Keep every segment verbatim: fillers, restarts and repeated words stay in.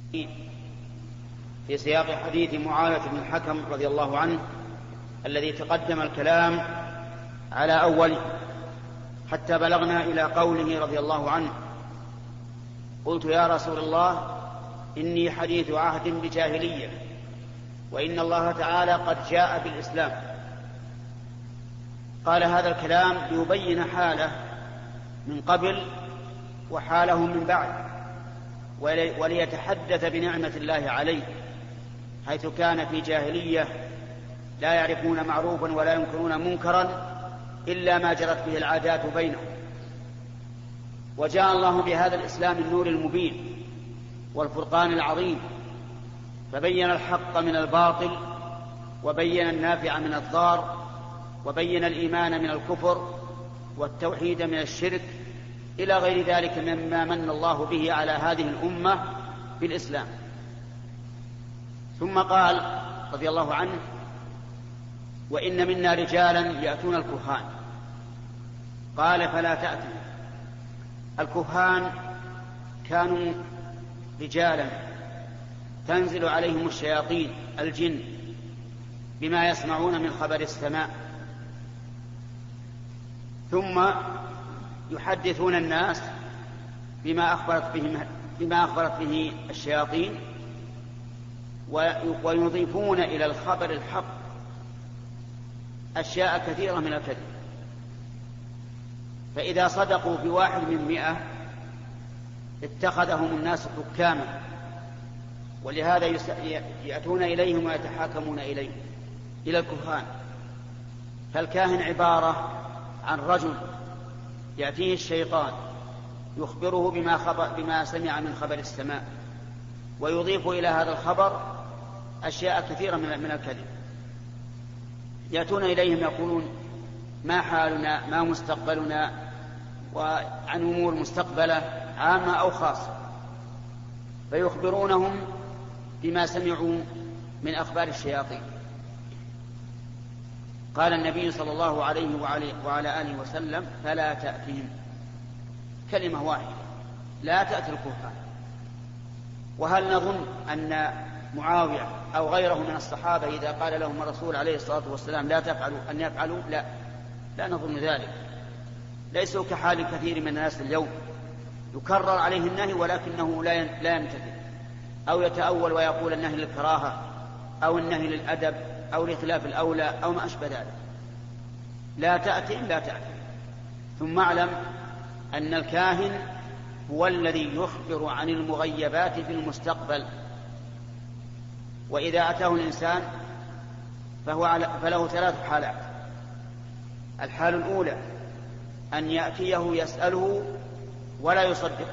في سياق حديث معاوية بن الحكم رضي الله عنه الذي تقدم الكلام على أوله حتى بلغنا إلى قوله رضي الله عنه: قلت يا رسول الله إني حديث عهد بجاهلية وإن الله تعالى قد جاء بالإسلام. قال هذا الكلام ليبين حاله من قبل وحاله من بعد، وليتحدث بنعمة الله عليه، حيث كان في جاهلية لا يعرفون معروفا ولا ينكرون منكرا إلا ما جرت به العادات بينهم، وجاء الله بهذا الإسلام النور المبين والفرقان العظيم، فبين الحق من الباطل وبين النافع من الضار وبين الإيمان من الكفر والتوحيد من الشرك إلى غير ذلك مما من الله به على هذه الأمة بالإسلام. ثم قال رضي الله عنه: وإن منا رجالا يأتون الكهان. قال: فلا تأتوا. الكهان كانوا رجالا تنزل عليهم الشياطين الجن بما يسمعون من خبر السماء، ثم يحدثون الناس بما أخبرت به, بما أخبرت به الشياطين، ويضيفون إلى الخبر الحق أشياء كثيرة من الكذب، فإذا صدقوا بواحد من مئة اتخذهم الناس حكاما، ولهذا يأتون إليهم ويتحاكمون إليهم إلى الكهان. فالكاهن عبارة عن رجل يأتيه الشيطان يخبره بما, خبر بما سمع من خبر السماء، ويضيف إلى هذا الخبر أشياء كثيرة من الكذب. يأتون إليهم يقولون: ما حالنا، ما مستقبلنا، وعن أمور مستقبلة عامة أو خاصة، فيخبرونهم بما سمعوا من أخبار الشياطين. قال النبي صلى الله عليه وعلى آله وسلم: فلا تأتهم. كلمة واحدة: لا تأتي الكهان. وهل نظن أن معاوية أو غيره من الصحابة إذا قال لهم الرسول عليه الصلاة والسلام لا تفعلوا أن يفعلوا؟ لا، لا نظن ذلك. ليسوا كحال كثير من الناس اليوم، يكرر عليه النهي ولكنه لا يمتثل، أو يتأول ويقول النهي للكراهة أو النهي للأدب أو لخلاف الأولى أو ما أشبه ذلك. لا تأتي لا تأتي. ثم اعلم أن الكاهن هو الذي يخبر عن المغيبات في المستقبل، وإذا أتاه الإنسان فهو على فله ثلاث حالات. الحال الأولى أن يأتيه يسأله ولا يصدقه،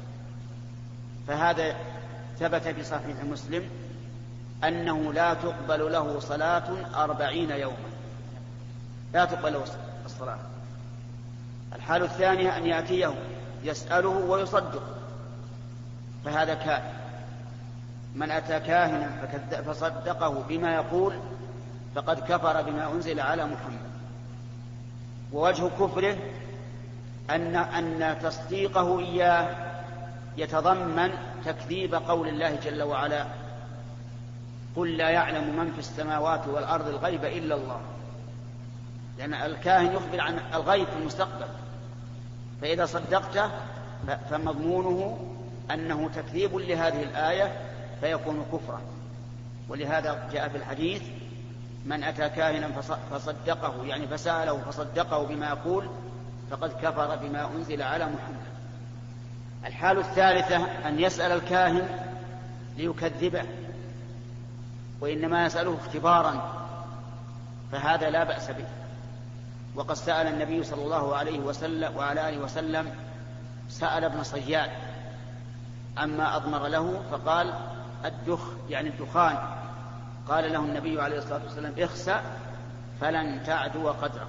فهذا ثبت في صحيح مسلم أنه لا تقبل له صلاة أربعين يوما، لا تقبل له الصلاة. الحال الثانية أن يأتيه يسأله ويصدق، فهذا كاهن. من أتى كاهنا فصدقه بما يقول فقد كفر بما أنزل على محمد. ووجه كفره أن, أن تصديقه إياه يتضمن تكذيب قول الله جل وعلا: قل لا يعلم من في السماوات والأرض الغيب إلا الله. لأن الكاهن يخبر عن الغيب في المستقبل، فإذا صدقته فمضمونه أنه تكذيب لهذه الآية فيكون كفرا. ولهذا جاء في الحديث: من أتى كاهنا فصدقه، يعني فسأله فصدقه بما يقول فقد كفر بما أنزل على محمد. الحال الثالثة أن يسأل الكاهن ليكذبه، وإنما يسأله اختبارا، فهذا لا بأس به. وقد سأل النبي صلى الله عليه وسلم وعلى آله وسلم سأل ابن صياد أما أضمر له فقال: الدخ، يعني الدخان. قال له النبي عليه الصلاة والسلام: اخسأ فلن تعدو قدرك.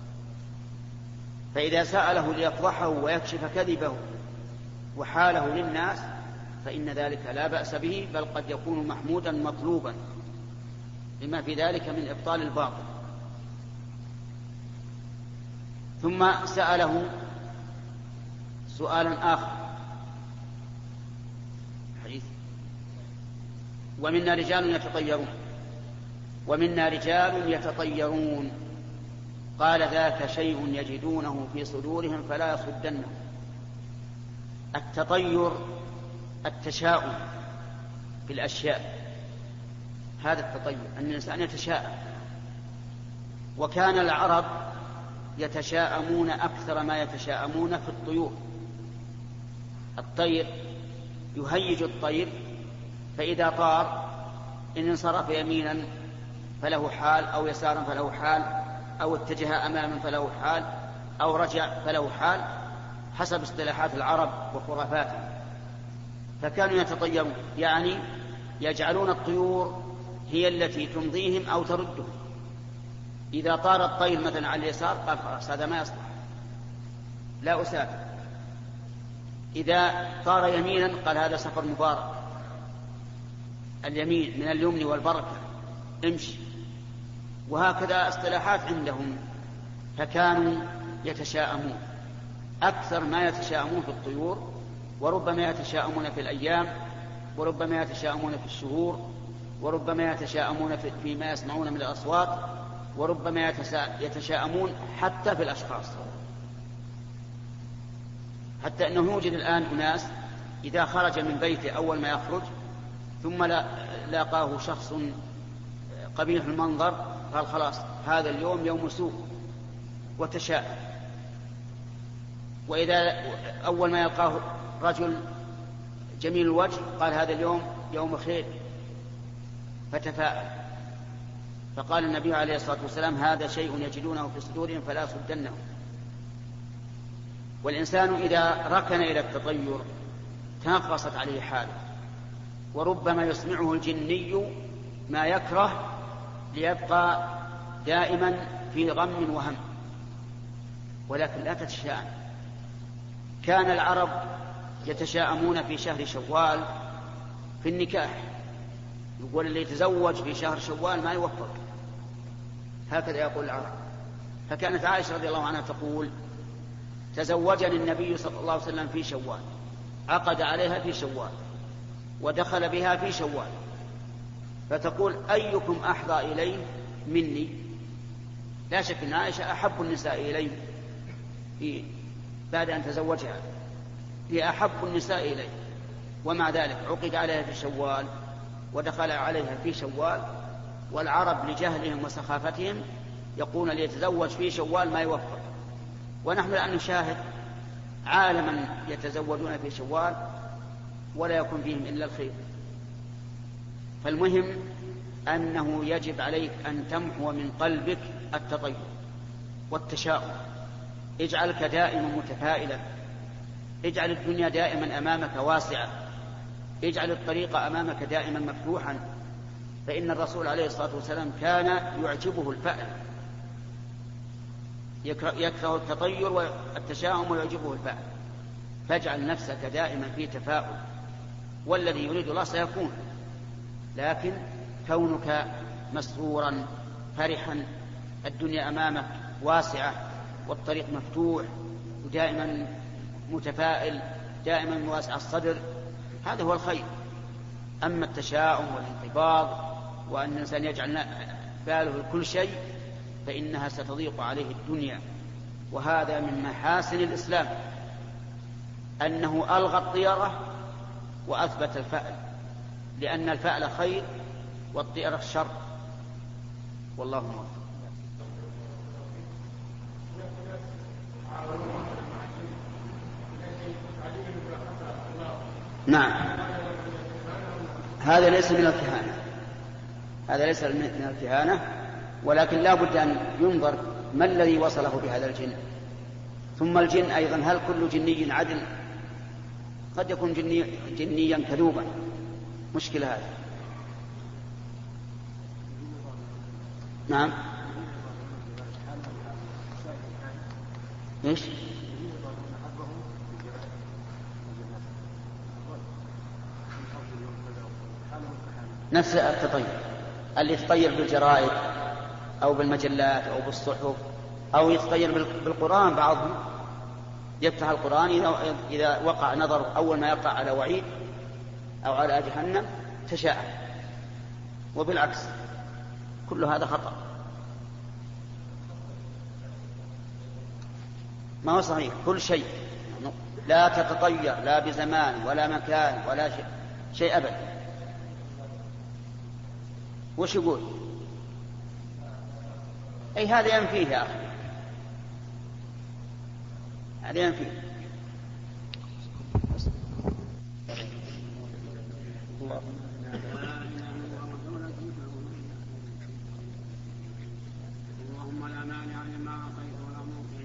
فإذا سأله ليفضحه ويكشف كذبه وحاله للناس فإن ذلك لا بأس به، بل قد يكون محمودا مطلوبا لما في ذلك من إبطال الباطل. ثم سأله سؤالا آخر، حديث ومنا رجال يتطيرون ومنا رجال يتطيرون قال ذاك شيء يجدونه في صدورهم فلا يصدنهم. التطير التشاؤم في الأشياء، هذا التطير أن الإنسان يتشاءم. وكان العرب يتشاءمون أكثر ما يتشاءمون في الطيور. الطير يهيج الطير، فإذا طار إن انصرف يمينا فله حال، أو يسارا فله حال، أو اتجه أماما فله حال، أو رجع فله حال، حسب اصطلاحات العرب وخرافاتهم. فكانوا يتطيرون، يعني يجعلون الطيور هي التي تمضيهم أو تردهم. إذا طار الطير مثلا على اليسار قال خلاص هذا ما يصلح، لا أسافر. إذا طار يمينا قال هذا سفر مبارك، اليمين من اليمن والبركة، امشي. وهكذا اصطلاحات عندهم. فكانوا يتشاءمون أكثر ما يتشاءمون في الطيور، وربما يتشاءمون في الأيام، وربما يتشاءمون في الشهور، وربما يتشاءمون فيما يسمعون من الأصوات، وربما يتشاءمون حتى في الأشخاص. حتى أنه يوجد الآن أناس إذا خرج من بيته أول ما يخرج ثم لاقاه شخص قبيح المنظر قال خلاص هذا اليوم يوم سوء وتشاءم. وإذا أول ما يلقاه رجل جميل الوجه قال هذا اليوم يوم خير فتفاءل. فقال النبي عليه الصلاة والسلام هذا شيء يجدونه في صدورهم فلا يصدنهم. والإنسان إذا ركن إلى التطير تنغصت عليه حاله، وربما يسمعه الجني ما يكره ليبقى دائما في غم وهم. ولكن لا تتشاءم. كان العرب يتشاءمون في شهر شوال في النكاح، يقول اللي يتزوج في شهر شوال ما يوفق، هكذا يقول العرب. فكانت عائشة رضي الله عنها تقول تزوجني النبي صلى الله عليه وسلم في شوال، عقد عليها في شوال، ودخل بها في شوال. فتقول أيكم أحظى إليه مني؟ لا شك أن عائشة أحب النساء إليه في بعد أن تزوجها، هي أحب النساء إليه، ومع ذلك عقد عليها في شوال ودخل عليها في شوال. والعرب لجهلهم وسخافتهم يقولون ليتزوج في شوال ما يوفق. ونحن الآن نشاهد عالما يتزوجون في شوال ولا يكون فيهم إلا الخير. فالمهم أنه يجب عليك أن تمحو من قلبك التطير والتشاؤم. اجعلك دائما متفائلا، اجعل الدنيا دائما أمامك واسعة، اجعل الطريق أمامك دائما مفتوحا. فإن الرسول عليه الصلاة والسلام كان يعجبه الفأل، يكره التطير والتشاؤم ويعجبه الفأل. فاجعل نفسك دائما في تفاؤل، والذي يريد الله سيكون. لكن كونك مسرورا فرحا، الدنيا أمامك واسعة والطريق مفتوح، ودائما متفائل، دائما واسع الصدر، هذا هو الخير. أما التشاؤم والانقباض وأن الإنسان يجعل باله كل شيء فإنها ستضيق عليه الدنيا. وهذا من محاسن الإسلام أنه ألغى الطيرة وأثبت الفأل، لأن الفأل خير والطيرة شر. والله موفق. نعم، هذا ليس من الكهانة، هذا ليس من الكهانة، ولكن لا بد أن ينظر ما الذي وصله بهذا الجن. ثم الجن أيضا هل كل جني عدل؟ قد يكون جني جنيا كذوبا، مشكلة هذا. نعم. إيش؟ نفس التطير اللي يتطير بالجرائد أو بالمجلات أو بالصحف، أو يتطير بالقرآن. بعضهم يفتح القرآن إذا وقع نظر أول ما يقع على وعيد أو على جهنم تشاءم، وبالعكس كل هذا خطأ. ما هو صحيح. كل شيء لا تتطير لا بزمان ولا مكان ولا شيء, شيء أبدا. وش يقول؟ أي هذا ينفيه يا أخي، هذا ينفيه. اللهم لا مانع لما أعطيت ولا معطي.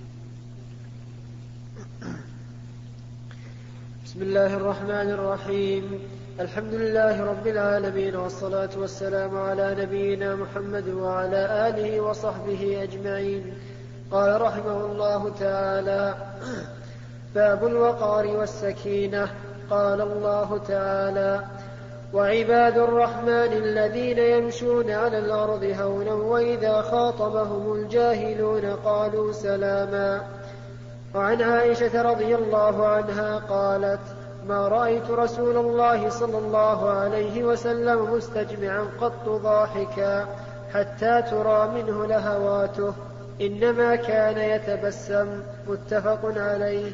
بسم الله الرحمن الرحيم. الحمد لله رب العالمين، والصلاة والسلام على نبينا محمد وعلى آله وصحبه أجمعين. قال رحمه الله تعالى: باب الوقار والسكينة. قال الله تعالى: وعباد الرحمن الذين يمشون على الأرض هونا وإذا خاطبهم الجاهلون قالوا سلاما. وعن عائشة رضي الله عنها قالت: ما رأيت رسول الله صلى الله عليه وسلم مستجمعا قط ضاحكا حتى ترى منه لهواته، إنما كان يتبسم. متفق عليه.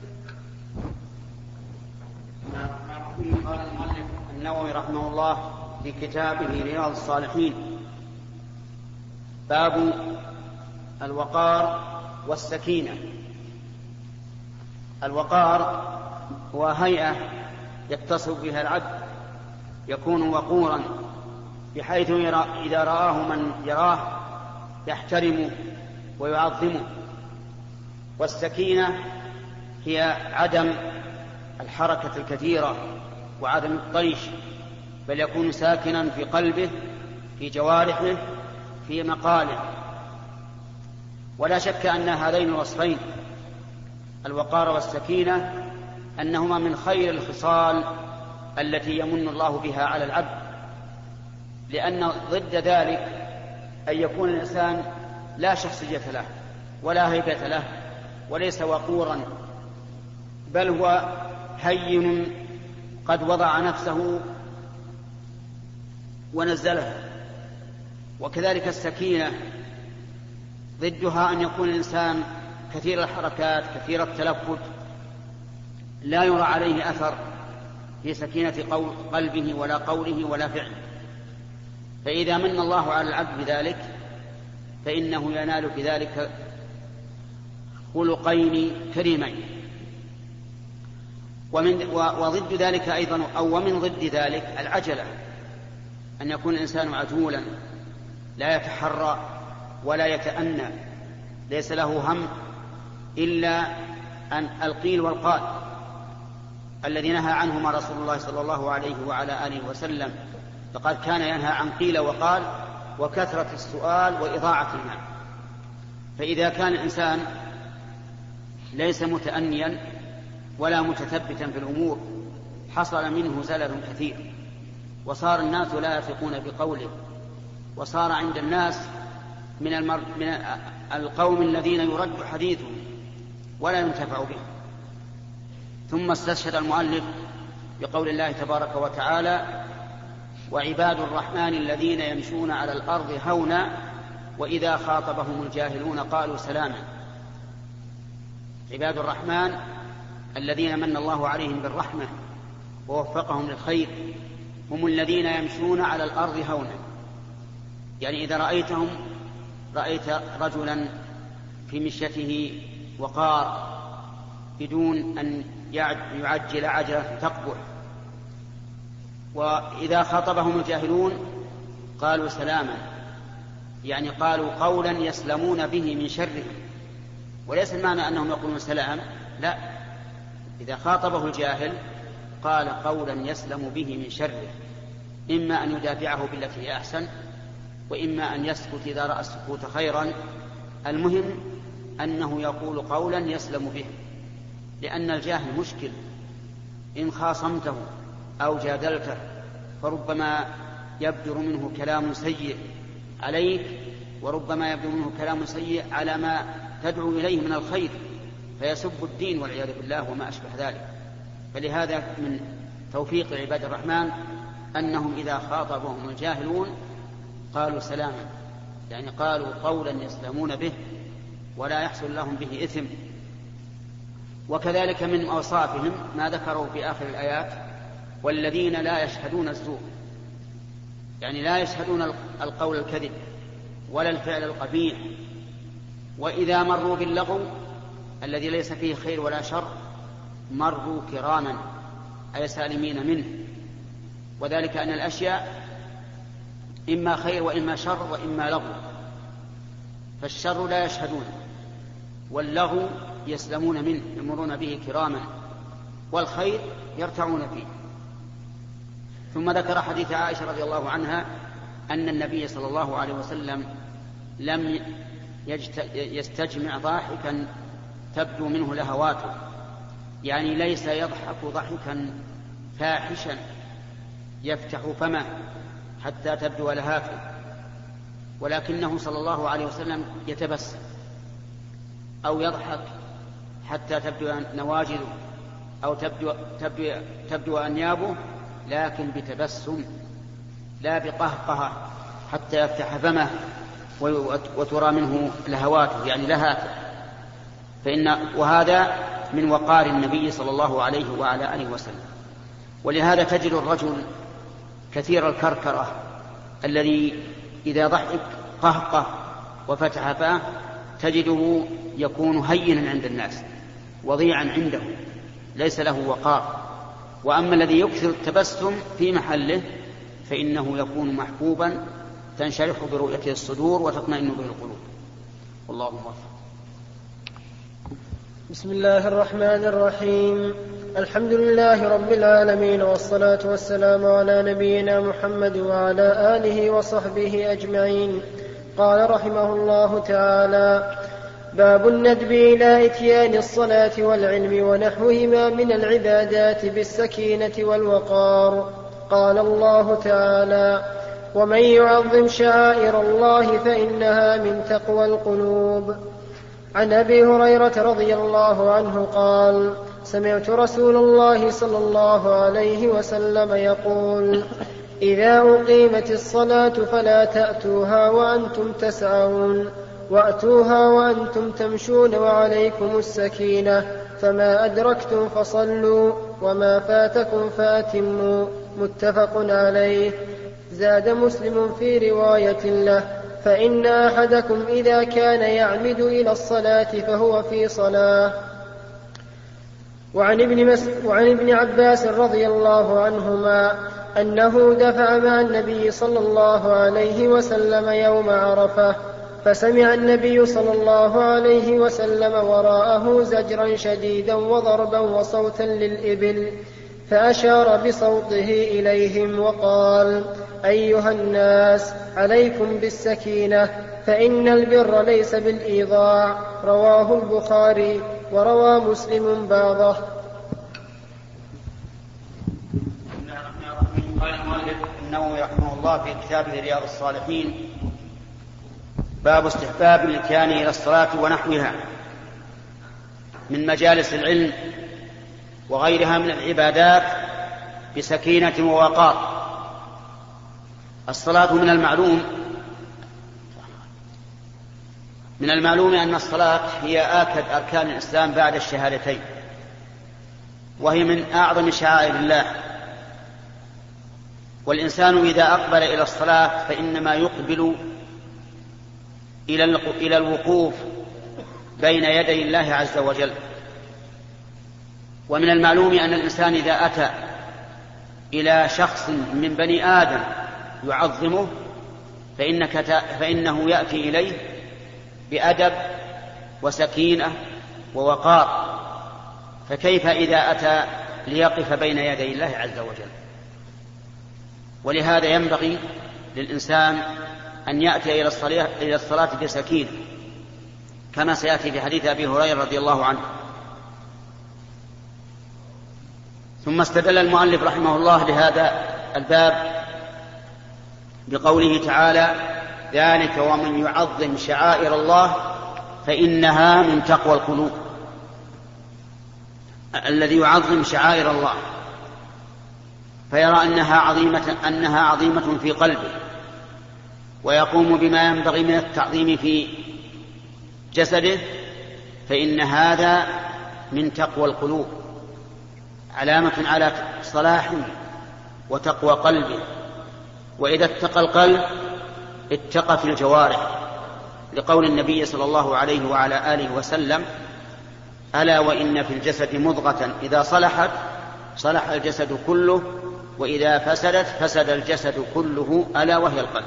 قال المؤلف النووي رحمه الله في كتابه رياض الصالحين: باب الوقار والسكينة. الوقار هو هيئة يتصف بها العبد، يكون وقورا بحيث إذا رآه من يراه يحترمه ويعظمه. والسكينة هي عدم الحركة الكثيرة وعدم الطيش، بل يكون ساكنا في قلبه، في جوارحه، في مقاله. ولا شك أن هذين الوصفين الوقار والسكينة أنهما من خير الخصال التي يمن الله بها على العبد، لأن ضد ذلك أن يكون الإنسان لا شخصية له ولا هيبة له وليس وقورا، بل هو هين قد وضع نفسه ونزلها. وكذلك السكينة ضدها أن يكون الإنسان كثير الحركات كثير التلفت، لا يرى عليه أثر في سكينة قلبه ولا قوله ولا فعله. فإذا من الله على العبد بذلك فإنه ينال بذلك خلقين كريمين. ومن وضد ذلك أيضا أو ومن ضد ذلك العجلة، أن يكون الإنسان عجولا لا يتحرى ولا يتأنى، ليس له هم إلا أن القيل والقال الذي نهى عنهما رسول الله صلى الله عليه وعلى آله وسلم، فقد كان ينهى عن قيل وقال وكثرة السؤال وإضاعة المال. فإذا كان الإنسان ليس متأنيا ولا متثبتا في الأمور حصل منه زلل كثير، وصار الناس لا يثقون بقوله، وصار عند الناس من, المر... من القوم الذين يرد حديثهم ولا ينتفع به. ثم استشهد المؤلف بقول الله تبارك وتعالى: وعباد الرحمن الذين يمشون على الأرض هونا وإذا خاطبهم الجاهلون قالوا سلاما. عباد الرحمن الذين من الله عليهم بالرحمة ووفقهم للخير هم الذين يمشون على الأرض هونا، يعني إذا رأيتهم رأيت رجلا في مشيته وقار بدون أن يعجل عجلة تقبح. وإذا خاطبهم الجاهلون قالوا سلاما، يعني قالوا قولا يسلمون به من شره، وليس المعنى أنهم يقولون سلام، لا، إذا خاطبه الجاهل قال قولا يسلم به من شره، إما أن يدافعه بالتي هي أحسن، وإما أن يسكت إذا رأى السكوت خيرا. المهم أنه يقول قولا يسلم به، لأن الجاهل مشكل، إن خاصمته أو جادلته فربما يبدر منه كلام سيء عليك، وربما يبدر منه كلام سيء على ما تدعو إليه من الخير، فيسب الدين والعياذ بالله وما أشبه ذلك. فلهذا من توفيق عباد الرحمن أنهم إذا خاطبهم الجاهلون قالوا سلاما، يعني قالوا قولا يسلمون به ولا يحصل لهم به إثم. وكذلك من أوصافهم ما ذكروا في آخر الآيات: والذين لا يشهدون الزور، يعني لا يشهدون القول الكذب ولا الفعل القبيح، وإذا مروا باللغو الذي ليس فيه خير ولا شر مروا كراما، أي سالمين منه. وذلك أن الأشياء إما خير وإما شر وإما لغو، فالشر لا يشهدون، واللغو يسلمون منه يمرون به كراما، والخير يرتعون فيه. ثم ذكر حديث عائشة رضي الله عنها أن النبي صلى الله عليه وسلم لم يستجمع ضاحكا تبدو منه لهواته، يعني ليس يضحك ضحكا فاحشا يفتح فمه حتى تبدو لهاته، ولكنه صلى الله عليه وسلم يتبسم أو يضحك حتى تبدو نواجذه أو تبدو, تبدو, تبدو أنيابه، لكن بتبسم لا بقهقه حتى يفتح فمه وترى منه لهواته يعني لهاته. فإن وهذا من وقار النبي صلى الله عليه وعلى آله وسلم. ولهذا تجد الرجل كثير الكركرة الذي إذا ضحك قهقه وفتح فاه تجده يكون هينا عند الناس وضيعا عنده ليس له وقار. وأما الذي يكثر التبسم في محله فإنه يكون محبوبا تنشرح برؤيته الصدور وتطمئن به القلوب. والله موفق. بسم الله الرحمن الرحيم. الحمد لله رب العالمين، والصلاة والسلام على نبينا محمد وعلى آله وصحبه أجمعين. قال رحمه الله تعالى: باب الندب إلى إتيان الصلاة والعلم ونحوهما من العبادات بالسكينة والوقار. قال الله تعالى: ومن يعظم شعائر الله فإنها من تقوى القلوب. عن أبي هريرة رضي الله عنه قال: سمعت رسول الله صلى الله عليه وسلم يقول: إذا أقيمت الصلاة فلا تأتوها وأنتم تسعون، وأتوها وأنتم تمشون وعليكم السكينة، فما أدركتم فصلوا وما فاتكم فأتموا. متفق عليه. زاد مسلم في رواية له: فإن أحدكم إذا كان يعمد إلى الصلاة فهو في صلاة. وعن ابن, مس... وعن ابن عباس رضي الله عنهما أنه دفع مع النبي صلى الله عليه وسلم يوم عرفة، فسمع النبي صلى الله عليه وسلم وراءه زجرا شديدا وضربا وصوتا للإبل، فأشار بصوته إليهم وقال: أيها الناس، عليكم بالسكينة، فإن البر ليس بالإيضاع. رواه البخاري، وروى مسلم بعضه. قال المؤلف النووي رحمه الله في كتابه رياض الصالحين: باب استحباب الاتيان إلى الصلاة ونحوها من مجالس العلم وغيرها من العبادات بسكينة ووقار. الصلاة من المعلوم من المعلوم أن الصلاة هي آكد أركان الإسلام بعد الشهادتين، وهي من أعظم شعائر الله. والإنسان إذا أقبل إلى الصلاة فإنما يقبل إلى الوقوف بين يدي الله عز وجل. ومن المعلوم أن الإنسان إذا أتى إلى شخص من بني آدم يعظمه فإنك فإنه يأتي إليه بأدب وسكينة ووقار، فكيف إذا أتى ليقف بين يدي الله عز وجل؟ ولهذا ينبغي للإنسان أن يأتي إلى الصلاة, إلى الصلاة بسكينة، كما سيأتي في حديث أبي هريرة رضي الله عنه. ثم استدل المؤلف رحمه الله لهذا الباب بقوله تعالى: ذلك ومن يعظم شعائر الله فإنها من تقوى القلوب. الذي يعظم شعائر الله فيرى أنها عظيمة, أنها عظيمة في قلبه، ويقوم بما ينبغي من التعظيم في جسده، فإن هذا من تقوى القلوب، علامة على صلاح وتقوى قلبه. وإذا اتقى القلب اتقت الجوارح، لقول النبي صلى الله عليه وعلى آله وسلم: ألا وإن في الجسد مضغة إذا صلحت صلح الجسد كله، وإذا فسدت فسد الجسد كله، ألا وهي القلب.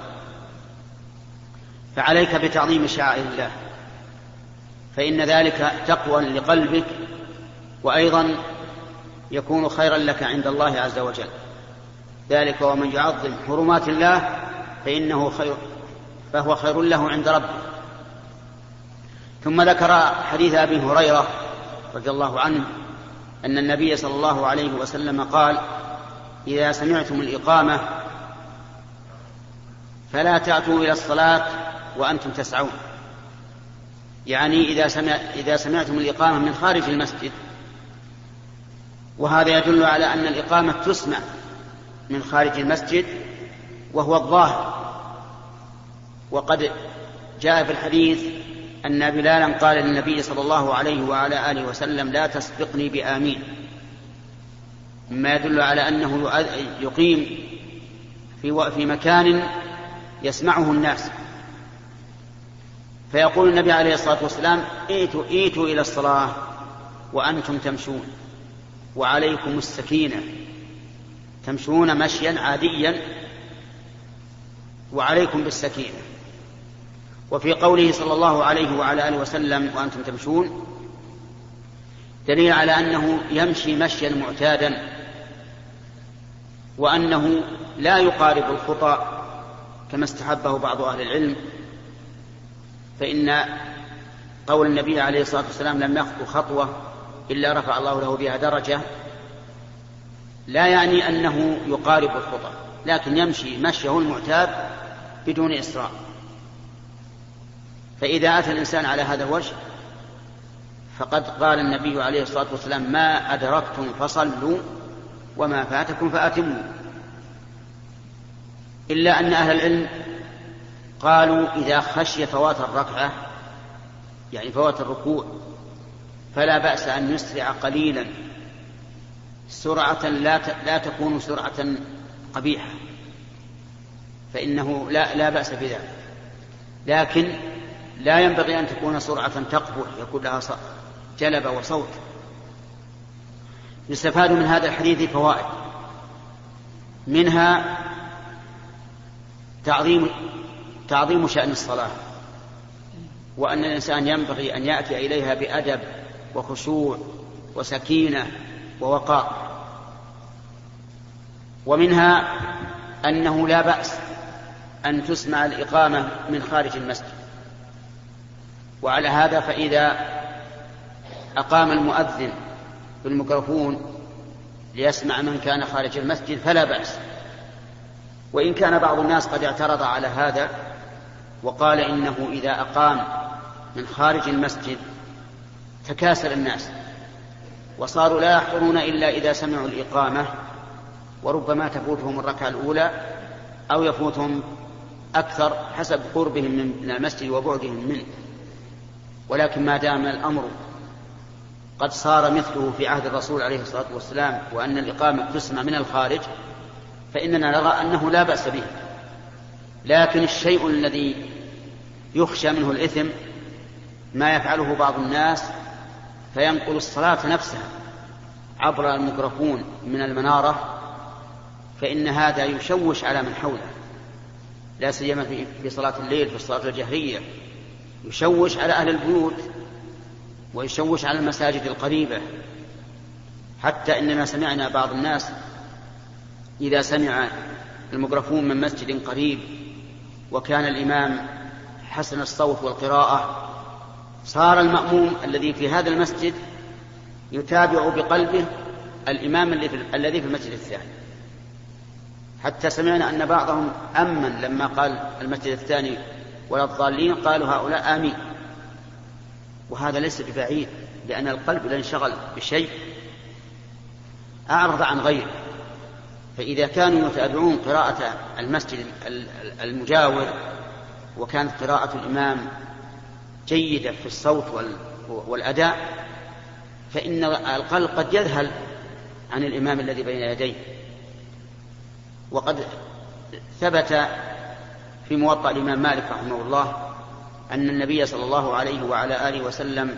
فعليك بتعظيم شعائر الله، فإن ذلك تقوى لقلبك، وأيضا يكون خيرا لك عند الله عز وجل. ذلك ومن يعظم حرمات الله فإنه خير فهو خير له عند ربه. ثم ذكر حديث أبي هريرة رضي الله عنه أن النبي صلى الله عليه وسلم قال: إذا سمعتم الإقامة فلا تأتوا إلى الصلاة وأنتم تسعون. يعني إذا, سمع إذا سمعتم الإقامة من خارج المسجد، وهذا يدل على أن الإقامة تسمع من خارج المسجد وهو الظاهر. وقد جاء في الحديث أن بلالا قال للنبي صلى الله عليه وعلى آله وسلم: لا تسبقني بآمين، مما يدل على أنه يقيم في مكان يسمعه الناس. فيقول النبي عليه الصلاة والسلام: ايتوا, ايتوا إلى الصلاة وأنتم تمشون وعليكم السكينة، تمشون مشيا عاديا وعليكم بالسكينة. وفي قوله صلى الله عليه وعلى آله وسلم وأنتم تمشون دليل على أنه يمشي مشيا معتادا، وأنه لا يقارب الخطى كما استحبه بعض أهل العلم. فإن قول النبي عليه الصلاة والسلام: لم يخطو خطوة إلا رفع الله له بها درجة، لا يعني أنه يقارب الخطى، لكن يمشي مشيه المعتاد بدون إسراء. فإذا أتى الإنسان على هذا الوجه فقد قال النبي عليه الصلاة والسلام: ما أدركتم فصلوا وما فاتكم فأتموا. إلا أن أهل العلم قالوا: إذا خشي فوات الركعة، يعني فوات الركوع، فلا بأس أن يسرع قليلا، سرعة لا لا تكون سرعة قبيحة، فإنه لا, لا بأس بذلك. لكن لا ينبغي أن تكون سرعة تقبح يكون لها جلب وصوت. يستفاد من هذا الحديث فوائد، منها تعظيم تعظيم شأن الصلاة، وأن الإنسان ينبغي أن يأتي إليها بأدب وخشوع وسكينة ووقار. ومنها أنه لا بأس أن تسمع الإقامة من خارج المسجد، وعلى هذا فإذا أقام المؤذن بالميكروفون ليسمع من كان خارج المسجد فلا بأس. وإن كان بعض الناس قد اعترض على هذا وقال إنه إذا أقام من خارج المسجد تكاسل الناس وصاروا لا يحضرون إلا إذا سمعوا الإقامة، وربما تفوتهم الركعة الأولى أو يفوتهم أكثر حسب قربهم من المسجد وبعدهم منه. ولكن ما دام الأمر قد صار مثله في عهد الرسول عليه الصلاة والسلام، وأن الإقامة تسمع من الخارج، فإننا نرى أنه لا بأس به. لكن الشيء الذي يخشى منه الإثم ما يفعله بعض الناس فينقل الصلاة نفسها عبر الميكروفون من المنارة، فإن هذا يشوش على من حوله، لا سيما في صلاة الليل، في الصلاة الجهرية، يشوش على أهل البيوت ويشوش على المساجد القريبة. حتى إننا سمعنا بعض الناس إذا سمع الميكروفون من مسجد قريب وكان الإمام حسن الصوت والقراءة، صار المأموم الذي في هذا المسجد يتابع بقلبه الإمام الذي في المسجد الثاني. حتى سمعنا أن بعضهم أمن لما قال المسجد الثاني ولا الضالين قالوا هؤلاء آمين. وهذا ليس ببعيد، لأن القلب إذا انشغل بشيء أعرض عن غيره. فإذا كانوا يتابعون قراءة المسجد المجاور وكانت قراءة الإمام جيدة في الصوت والأداء فإن القلب قد يذهل عن الإمام الذي بين يديه. وقد ثبت في موطأ الإمام مالك رحمه الله أن النبي صلى الله عليه وعلى آله وسلم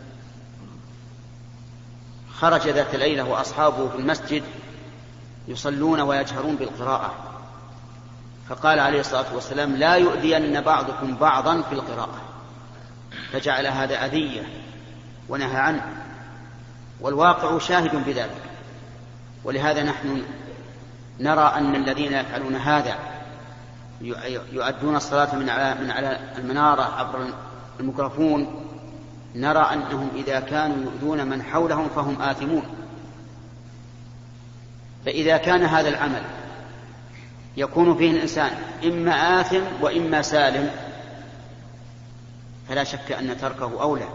خرج ذات ليلة وأصحابه في المسجد يصلون ويجهرون بالقراءة، فقال عليه الصلاة والسلام: لا يؤذين بعضكم بعضا في القراءة، فجعل هذا أذية ونهى عنه، والواقع شاهد بذلك. ولهذا نحن نرى أن الذين يفعلون هذا يؤدون الصلاة من على من على المنارة عبر الميكروفون، نرى أنهم إذا كانوا يؤذون من حولهم فهم آثمون. فإذا كان هذا العمل يكون فيه الإنسان إما آثم وإما سالم فلا شك أن تركه أولى،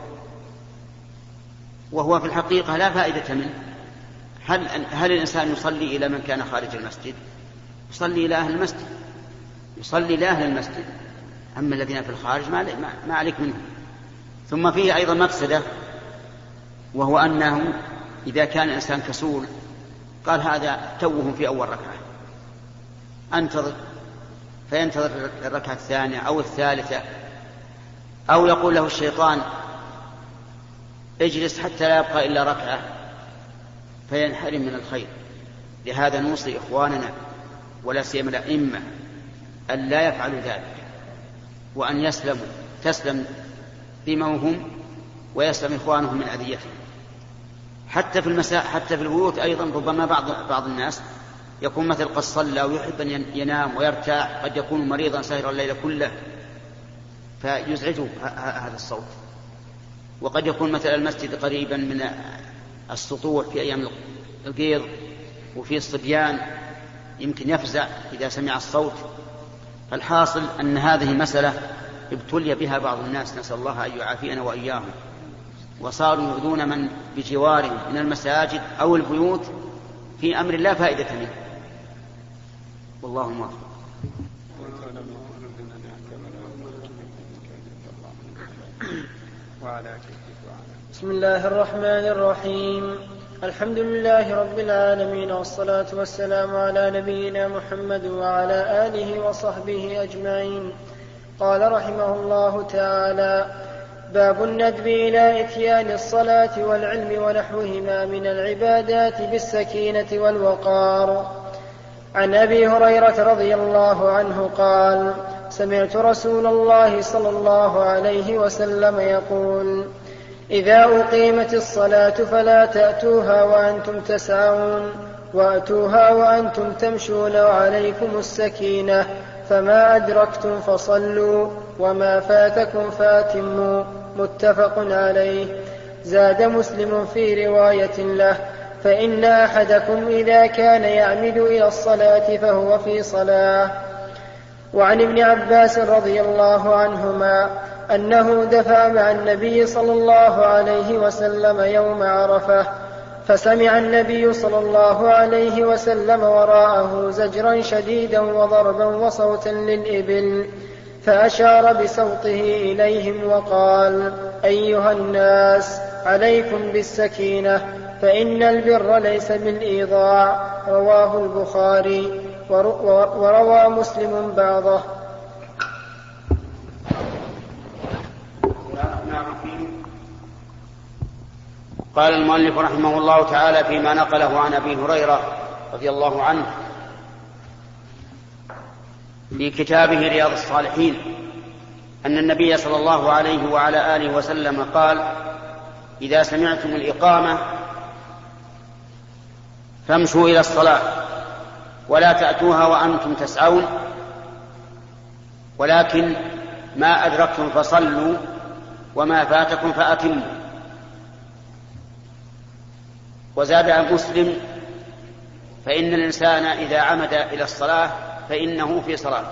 وهو في الحقيقة لا فائدة منه. هل, هل الإنسان يصلي إلى من كان خارج المسجد؟ يصلي إلى أهل المسجد، يصلي إلى أهل المسجد، أما الذين في الخارج ما, ما عليك منهم. ثم فيه أيضا مفسدة، وهو أنه إذا كان الإنسان كسول قال هذا توه في أول ركعة أنتظر، فينتظر الركعة الثانية أو الثالثة، أو يقول له الشيطان اجلس حتى لا يبقى إلا ركعة فينحرم من الخير. لهذا نوصي إخواننا ولا سيما الأئمة أن لا يفعلوا ذلك، وأن يسلموا تسلم ذممهم ويسلم إخوانهم من أذيتهم. حتى في المساء حتى في البيوت أيضا ربما بعض بعض الناس يكون مثل قد صلى ويحب أن ينام ويرتاح، قد يكون مريضا سهر الليل كله فيزعجه هذا الصوت. وقد يكون مثل المسجد قريبا من السطوح في أيام القيض وفي الصبيان يمكن يفزع إذا سمع الصوت. فالحاصل أن هذه مسألة ابتلي بها بعض الناس، نسأل الله أن يعافينا وإياهم، وصاروا يؤذون من بجوارهم من المساجد أو البيوت في أمر لا فائدة منه، والله موفق. بسم الله الرحمن الرحيم. الحمد لله رب العالمين، والصلاة والسلام على نبينا محمد وعلى آله وصحبه أجمعين. قال رحمه الله تعالى: باب الندب إلى إتيان الصلاة والعلم ونحوهما من العبادات بالسكينة والوقار. عن أبي هريرة رضي الله عنه قال: سمعت رسول الله صلى الله عليه وسلم يقول: إذا أقيمت الصلاة فلا تأتوها وأنتم تسعون، وأتوها وأنتم تمشون وعليكم السكينة، فما أدركتم فصلوا وما فاتكم فاتموا. متفق عليه. زاد مسلم في رواية له: فإن أحدكم إذا كان يعمد إلى الصلاة فهو في صلاة. وعن ابن عباس رضي الله عنهما أنه دفع مع النبي صلى الله عليه وسلم يوم عرفة، فسمع النبي صلى الله عليه وسلم وراءه زجرا شديدا وضربا وصوتا للإبل، فأشار بصوته إليهم وقال: أيها الناس، عليكم بالسكينة، فإن البر ليس بالإيضاع. رواه البخاري، وروى مسلم بعضه. قال المؤلف رحمه الله تعالى فيما نقله عن أبي هريرة رضي الله عنه في كتابه رياض الصالحين أن النبي صلى الله عليه وعلى آله وسلم قال: إذا سمعتم الإقامة فامشوا إلى الصلاة ولا تأتوها وأنتم تسعون، ولكن ما أدركتم فصلوا وما فاتكم فأتموا. وزاد مسلم: فإن الإنسان إذا عمد إلى الصلاة فإنه في صلاة.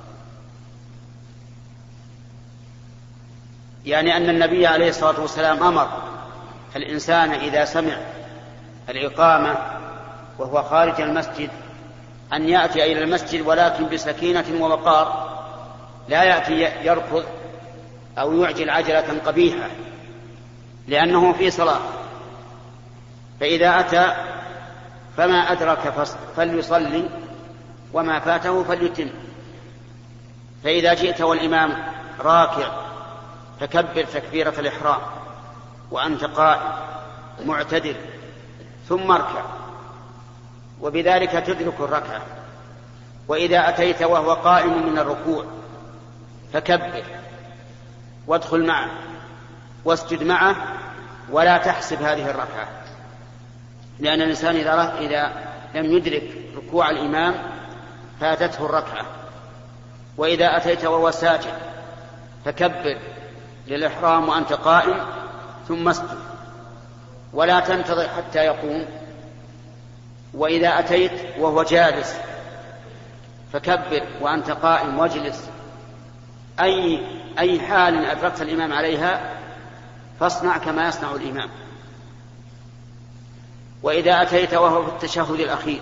يعني أن النبي عليه الصلاة والسلام أمر الإنسان إذا سمع الإقامة وهو خارج المسجد أن يأتي إلى المسجد ولكن بسكينة ووقار، لا يأتي يركض أو يعجل عجلة قبيحة لأنه في صلاة. فإذا أتى فما أدرك فليصلي وما فاته فليتم. فإذا جئت والإمام راكع فكبر تكبيرة الإحرام وأنت قائم معتدل، ثم اركع، وبذلك تدرك الركعة. وإذا أتيت وهو قائم من الركوع فكبر وادخل معه واسجد معه، ولا تحسب هذه الركعة، لأن الإنسان إذا لم يدرك ركوع الإمام فاتته الركعة. وإذا أتيت وهو ساجد فكبر للإحرام وأنت قائم ثم اسجد، ولا تنتظر حتى يقوم. وإذا أتيت وهو جالس فكبر وأنت قائم واجلس. أي أي حال أدركت الإمام عليها فاصنع كما يصنع الإمام. وإذا أتيت وهو في التشهد الأخير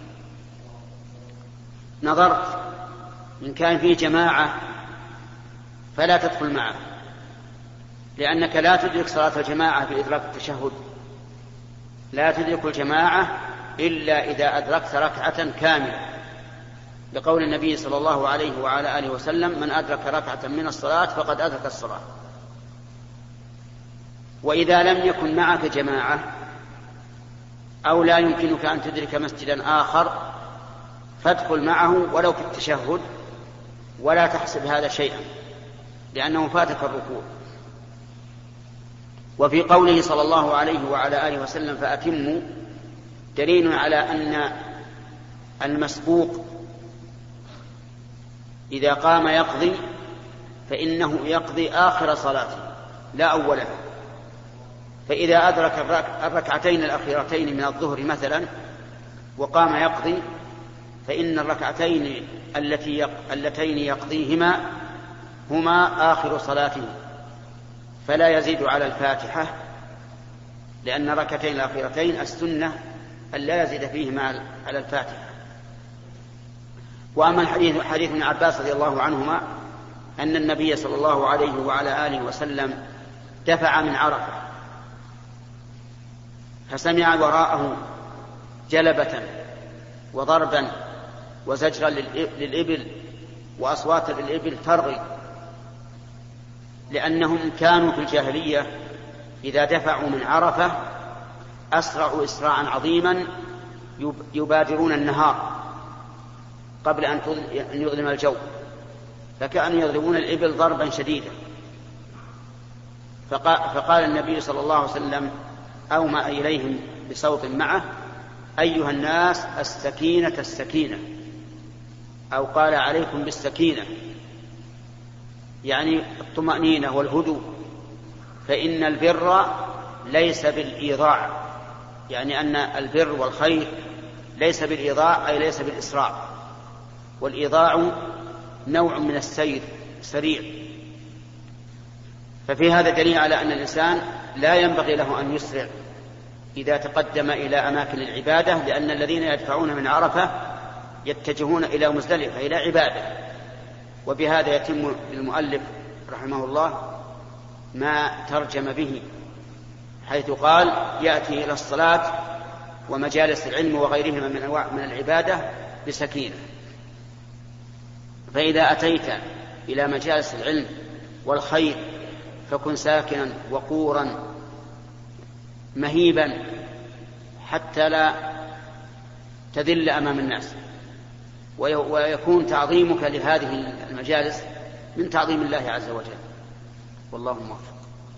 نظرت إن كان فيه جماعة فلا تدخل معه، لأنك لا تدرك صلاة الجماعة بإدراك التشهد، لا تدرك الجماعة إلا إذا أدركت ركعة كاملة، لقول النبي صلى الله عليه وعلى آله وسلم: من أدرك ركعة من الصلاة فقد أدرك الصلاة. وإذا لم يكن معك جماعة أو لا يمكنك أن تدرك مسجدا آخر فادخل معه ولو في التشهد، ولا تحسب هذا شيئا لأنه فاتك الركوع. وفي قوله صلى الله عليه وعلى آله وسلم: فأتموا، دليل على أن المسبوق إذا قام يقضي فإنه يقضي آخر صلاته لا أولها. فإذا أدرك الركعتين الأخيرتين من الظهر مثلا وقام يقضي فإن الركعتين التي اللتين يقضيهما هما آخر صلاته، فلا يزيد على الفاتحة، لأن الركعتين الأخيرتين السنة أن لا يزيد فيهما على الفاتحة. وأما الحديث حديث ابن عباس رضي الله عنهما أن النبي صلى الله عليه وعلى آله وسلم دفع من عرفة فسمع وراءه جلبة وضربا وزجرا للإبل وأصوات للإبل ترغي، لأنهم كانوا في الجاهلية إذا دفعوا من عرفة أسرعوا إسراعا عظيما يبادرون النهار قبل أن يظلم الجو، فكانوا يضربون الإبل ضربا شديدا. فقال النبي صلى الله عليه وسلم أومأ إليهم بصوت معه: أيها الناس السكينة السكينة، أو قال: عليكم بالسكينة، يعني الطمأنينة والهدوء، فإن البر ليس بالإيضاع، يعني أن البر والخير ليس بالإيضاع أي ليس بالإسراع، والإيضاع نوع من السير سريع. ففي هذا دليل على أن الإنسان لا ينبغي له أن يسرع إذا تقدم إلى أماكن العبادة، لأن الذين يدفعون من عرفة يتجهون إلى مزدلفة إلى عبادة. وبهذا يتم للمؤلف رحمه الله ما ترجم به، حيث قال: يأتي إلى الصلاة ومجالس العلم وغيرهما من أنواع من العبادة بسكينة. فإذا أتيت إلى مجالس العلم والخير فكن ساكنا وقورا مهيبا حتى لا تذل أمام الناس، ويكون تعظيمك لهذه المجالس من تعظيم الله عز وجل. والله موفق.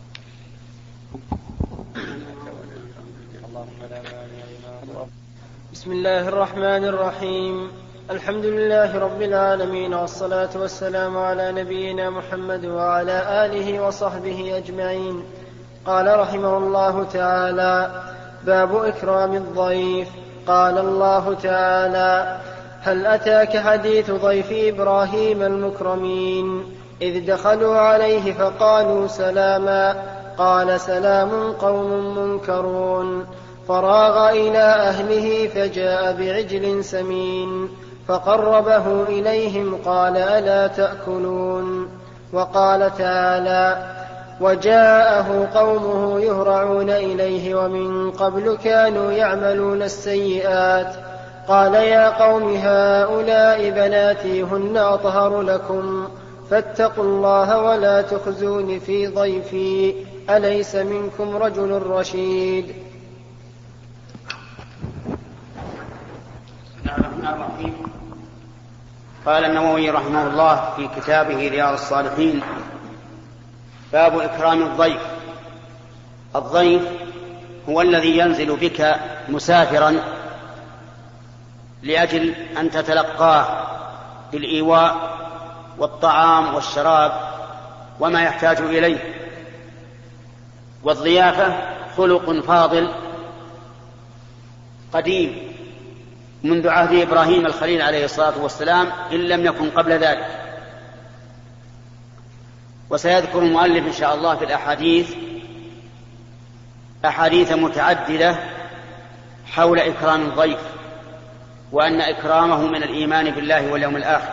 بسم الله الرحمن الرحيم. الحمد لله رب العالمين، والصلاة والسلام على نبينا محمد وعلى آله وصحبه أجمعين. قال رحمه الله تعالى: باب إكرام الضيف. قال الله تعالى: هل أتاك حديث ضيف إبراهيم المكرمين إذ دخلوا عليه فقالوا سلاما قال سلام قوم منكرون. فراغ إلى أهله فجاء بعجل سمين فقربه إليهم قال ألا تأكلون. وقال تعالى وجاءه قومه يهرعون إليه ومن قبل كانوا يعملون السيئات قال يا قوم هؤلاء بناتي هن أطهر لكم فاتقوا الله ولا تخزون في ضيفي أليس منكم رجل رشيد. بسم الله الرحمن الرحيم. قال النووي رحمه الله في كتابه رياض الصالحين باب إكرام الضيف. الضيف هو الذي ينزل بك مسافرا لأجل أن تتلقاه بالإيواء والطعام والشراب وما يحتاج إليه. والضيافة خلق فاضل قديم منذ عهد إبراهيم الخليل عليه الصلاة والسلام إن لم يكن قبل ذلك. وسيذكر المؤلف إن شاء الله في الأحاديث أحاديث متعددة حول إكرام الضيف وأن إكرامه من الإيمان بالله واليوم الآخر.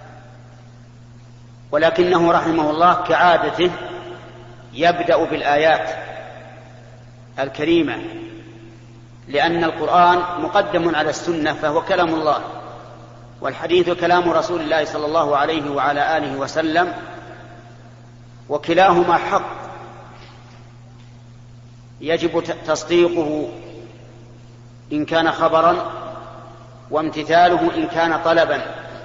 ولكنه رحمه الله كعادته يبدأ بالآيات الكريمة لأن القرآن مقدم على السنة فهو كلام الله والحديث كلام رسول الله صلى الله عليه وعلى آله وسلم وكلاهما حق يجب تصديقه إن كان خبرا وامتثاله إن كان طلبا.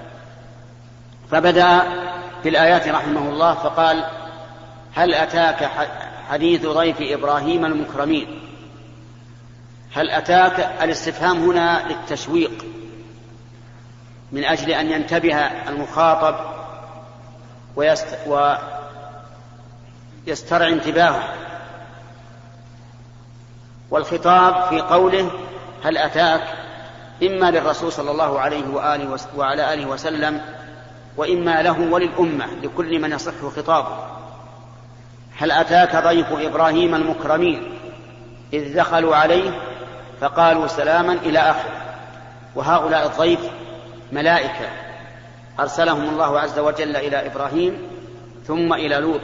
فبدأ في الآيات رحمه الله فقال هل أتاك حديث ضيف إبراهيم المكرمين. هل أتاك الاستفهام هنا للتشويق من أجل أن ينتبه المخاطب ويست ويسترعي انتباهه. والخطاب في قوله هل أتاك إما للرسول صلى الله عليه وآله وعلى آله وسلم وإما له وللأمة لكل من يصح خطابه. هل أتاك ضيف إبراهيم المكرمين إذ دخلوا عليه فقالوا سلاما إلى آخره. وهؤلاء الضيف ملائكة أرسلهم الله عز وجل إلى إبراهيم ثم إلى لوط.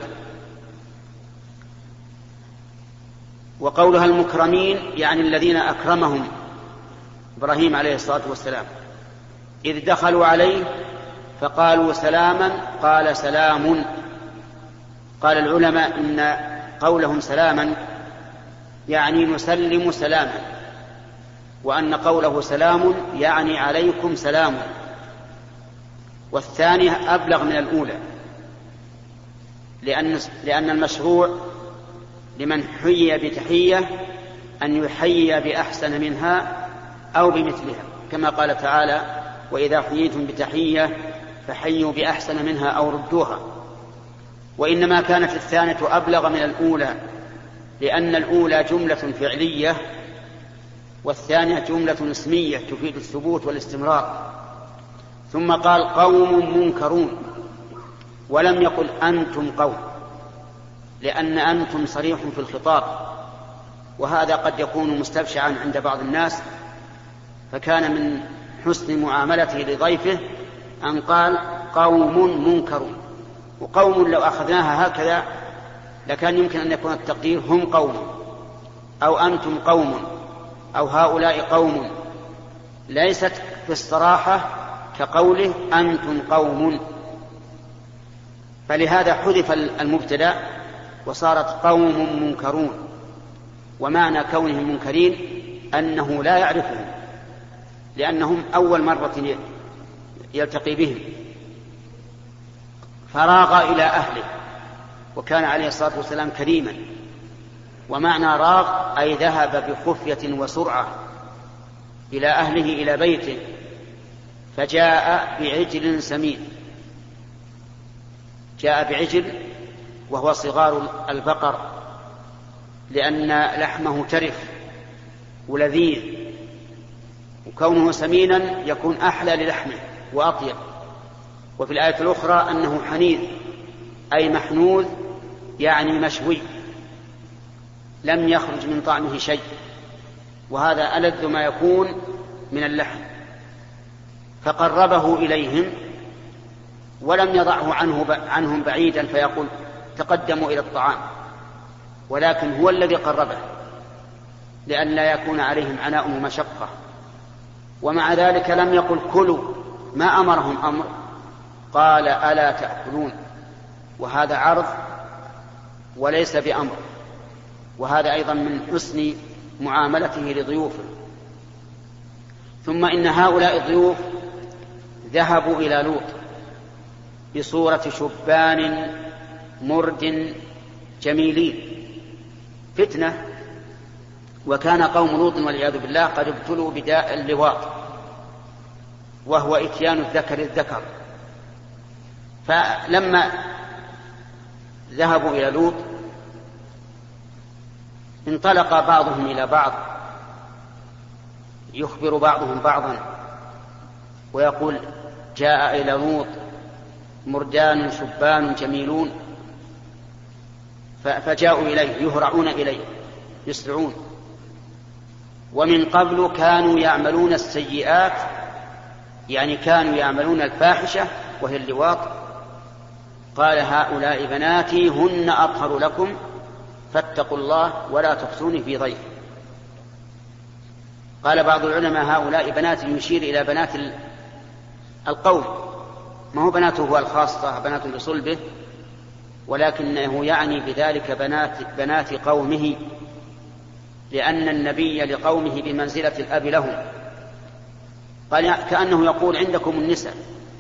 وقولها المكرمين يعني الذين أكرمهم إبراهيم عليه الصلاة والسلام. إذ دخلوا عليه فقالوا سلاما قال سلام. قال العلماء إن قولهم سلاما يعني نسلم سلاما وأن قوله سلام يعني عليكم سلام. والثانية أبلغ من الأولى لأن, لأن المشروع لمن حيي بتحية أن يحيي بأحسن منها أو بمثلها كما قال تعالى وإذا حييتم بتحية فحيوا بأحسن منها أو ردوها. وإنما كانت الثانية أبلغ من الأولى لأن الأولى جملة فعلية والثانية جملة اسمية تفيد الثبوت والاستمرار. ثم قال قوم منكرون ولم يقل أنتم قوم لأن أنتم صريح في الخطاب وهذا قد يكون مستبشعا عند بعض الناس فكان من حسن معاملته لضيفه أن قال قوم منكرون. وقوم لو أخذناها هكذا لكان يمكن أن يكون التقدير هم قوم أو أنتم قوم أو هؤلاء قوم ليست في الصراحة كقوله أنتم قوم. فلهذا حذف المبتدأ وصارت قوم منكرون. ومعنى كونهم منكرين أنه لا يعرفهم لأنهم أول مرة يلتقي بهم. فراغ إلى أهله وكان عليه الصلاة والسلام كريما. ومعنى راغ أي ذهب بخفية وسرعة إلى أهله إلى بيته فجاء بعجل سمين. جاء بعجل وهو صغار البقر لأن لحمه ترف ولذيذ وكونه سمينا يكون أحلى للحمه وأطيب. وفي الآية الأخرى أنه حنيذ أي محنوذ يعني مشوي لم يخرج من طعمه شيء وهذا ألذ ما يكون من اللحم، فقربه إليهم ولم يضعه عنه عنهم بعيدا فيقول تقدموا إلى الطعام، ولكن هو الذي قربه لئلا يكون عليهم عناء ومشقة. ومع ذلك لم يقل كلوا، ما أمرهم أمر، قال ألا تأكلون، وهذا عرض وليس بأمر، وهذا أيضا من حسن معاملته لضيوفه. ثم إن هؤلاء الضيوف ذهبوا إلى لوط بصورة شبان مرد جميلين فتنة، وكان قوم لوط والعياذ بالله قد ابتلوا بداء اللواط، وهو إتيان الذكر الذكر. فلما ذهبوا إلى لوط انطلق بعضهم إلى بعض يخبر بعضهم بعضا ويقول جاء إلى لوط مردان شبان جميلون، فجاءوا إليه يهرعون إليه يسرعون. ومن قبل كانوا يعملون السيئات، يعني كانوا يعملون الفاحشة وهي اللواط. قال هؤلاء بناتي هن أطهر لكم فاتقوا الله ولا تخزوني في ضيفي. قال بعض العلماء هؤلاء بنات يشير إلى بنات القوم، ما هو بناته هو الخاصة بنات لصلبه، ولكنه يعني بذلك بنات, بنات قومه، لأن النبي لقومه بمنزلة الأب لهم. قال كأنه يقول عندكم النساء،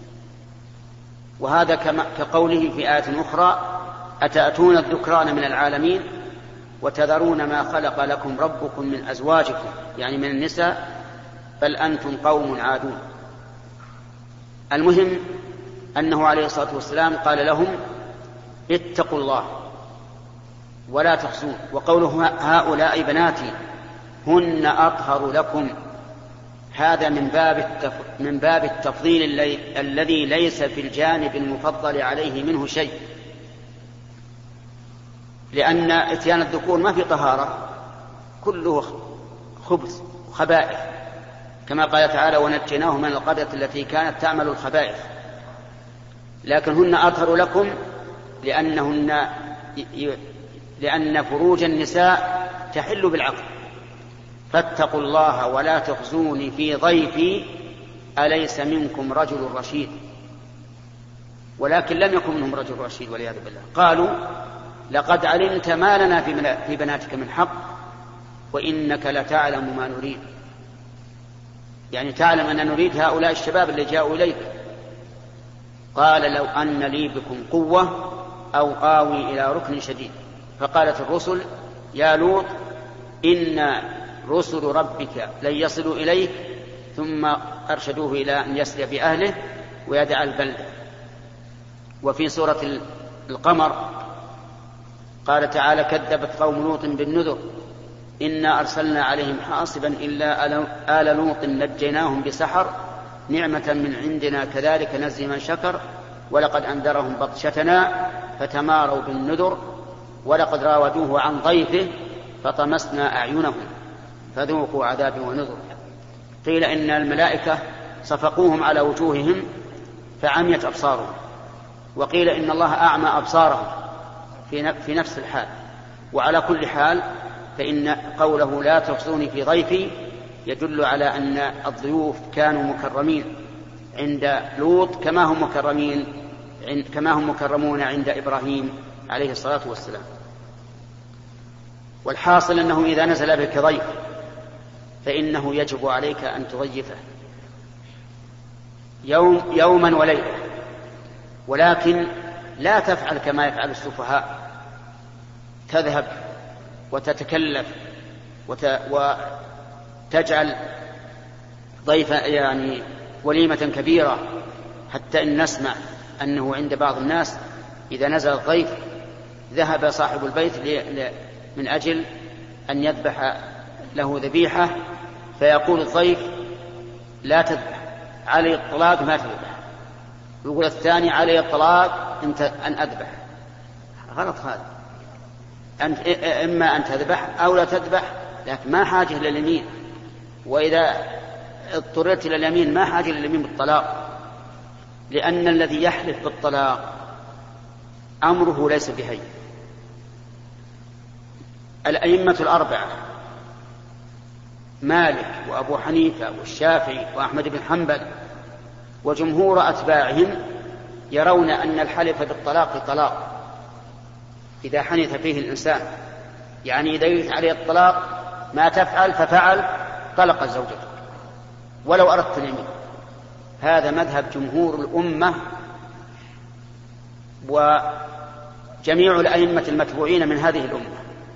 وهذا كقوله في آية أخرى أتأتون الذكران من العالمين وتذرون ما خلق لكم ربكم من أزواجكم، يعني من النساء، بل أنتم قوم عادون. المهم أنه عليه الصلاة والسلام قال لهم اتقوا الله ولا تخزون. وقوله هؤلاء بناتي هن أطهر لكم، هذا من باب من باب التفضيل الذي ليس في الجانب المفضل عليه منه شيء، لأن اتيان الذكور ما في طهارة، كله خبث وخبائث، كما قال تعالى ونجيناه من القرية التي كانت تعمل الخبائث. لكن هن أطهر لكم لأنهن لأن فروج النساء تحل بالعقل. فاتقوا الله ولا تخزوني في ضيفي أليس منكم رجل رشيد. ولكن لم يكن منهم رجل رشيد والعياذ بالله. قالوا لقد علمت ما لنا في بناتك من حق وإنك لتعلم ما نريد، يعني تعلم أن نريد هؤلاء الشباب اللي جاءوا إليك. قال لو أن لي بكم قوة أو آوي إلى ركن شديد. فقالت الرسل يا لوط إن رسل ربك لن يصلوا إليك، ثم أرشدوه إلى أن يسري بأهله ويدع البلدة. وفي سورة القمر قال تعالى كذبت قوم لوط بالنذر إنا أرسلنا عليهم حاصبا إلا آل لوط نجيناهم بسحر نعمة من عندنا كذلك نجزي من شكر ولقد أنذرهم بطشتنا فتماروا بالنذر ولقد راودوه عن ضيفه فطمسنا أعينهم فذوقوا عذابي ونذر. قيل إن الملائكة صفقوهم على وجوههم فعميت أبصارهم، وقيل إن الله أعمى أبصارهم في نفس الحال. وعلى كل حال فإن قوله لا تخزوني في ضيفي يدل على أن الضيوف كانوا مكرمين عند لوط كما هم مكرمين كما هم مكرمون عند إبراهيم عليه الصلاة والسلام. والحاصل أنه إذا نزل بك ضيف فإنه يجب عليك أن تضيفه يوم يوما وليلة، ولكن لا تفعل كما يفعل السفهاء، تذهب وتتكلف وتجعل ضيف يعني وليمة كبيرة، حتى إن نسمع أنه عند بعض الناس إذا نزل الضيف ذهب صاحب البيت من أجل أن يذبح له ذبيحة، فيقول الضيف لا تذبح علي الطلاق ما تذبح، يقول الثاني علي الطلاق أن أذبح. غلط هذا، أنت إما أن تذبح أو لا تذبح، لكن ما حاجة لليمين، وإذا اضطررت إلى اليمين ما حاجة إلى اليمين بالطلاق، لأن الذي يحلف بالطلاق أمره ليس بهين. الأئمة الأربعة مالك وأبو حنيفة والشافعي وأحمد بن حنبل وجمهور أتباعهم يرون أن الحلف بالطلاق طلاق إذا حنث فيه الإنسان، يعني إذا يجب عليه الطلاق ما تفعل ففعل طلق زوجته ولو أردت اليمين. هذا مذهب جمهور الأمة وجميع الأئمة المتبوعين من هذه الأمة.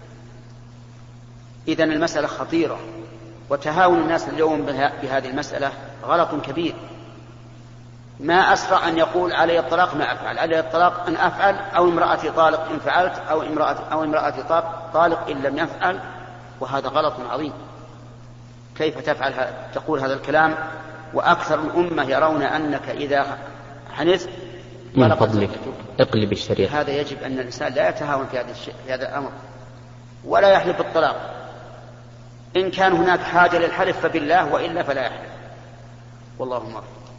إذن المسألة خطيرة، وتهاون الناس اليوم بهذه المسألة غلط كبير. ما أسرع أن يقول علي الطلاق ما أفعل، علي الطلاق أن أفعل، أو امرأتي طالق إن فعلت، أو امرأتي, أو امرأتي طالق إن لم يفعل، وهذا غلط عظيم. كيف تفعل تقول هذا الكلام وأكثر الأمة يرون أنك إذا حنث من فضلك اقلب الشريعة. هذا يجب أن الإنسان لا يتهاون في هذا الشيء في هذا الأمر، ولا يحلف بالطلاق. إن كان هناك حاجة للحلف فبالله، وإلا فلا يحلف. والله أعلم.